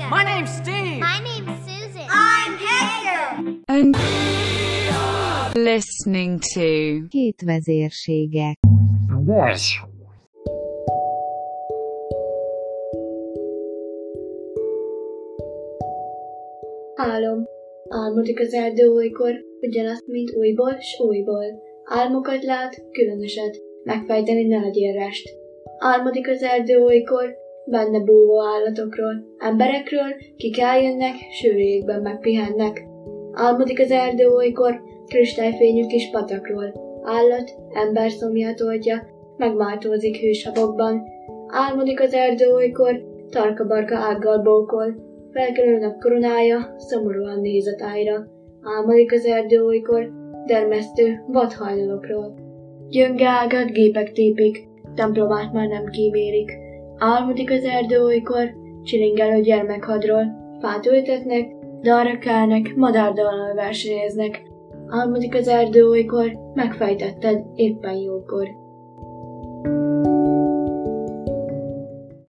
My name's Steve. My name's Susan. I'm Hector. And listening to Két vezérségek. Álom. Álmodik az erdő olykor, ugyanazt, mint újból s újból. Álmokat lát, különöset, megfejteni ne legyél rest. Álmodik az erdő olykor, benne búvó állatokról, emberekről, kik eljönnek, sűrűjékben megpihennek. Álmodik az erdő olykor, kristályfényű kis patakról, állat, ember szomját oltja, megmártózik hőshabokban. Álmodik az erdő olykor, tarka-barka ággal bókol, felkelő nap koronája szomorúan néz a tájra. Álmodik az erdő olykor, dermesztő vadhajnalokról. Gyönge ágat gépek tépik, templomát már nem kímérik. Álmodik az erdő olykor, csilingelő gyermekhadról. Fát ültetnek, dalra kelnek, madárdallal versenyeznek. Álmodik az erdő olykor, megfejtetted éppen jókor.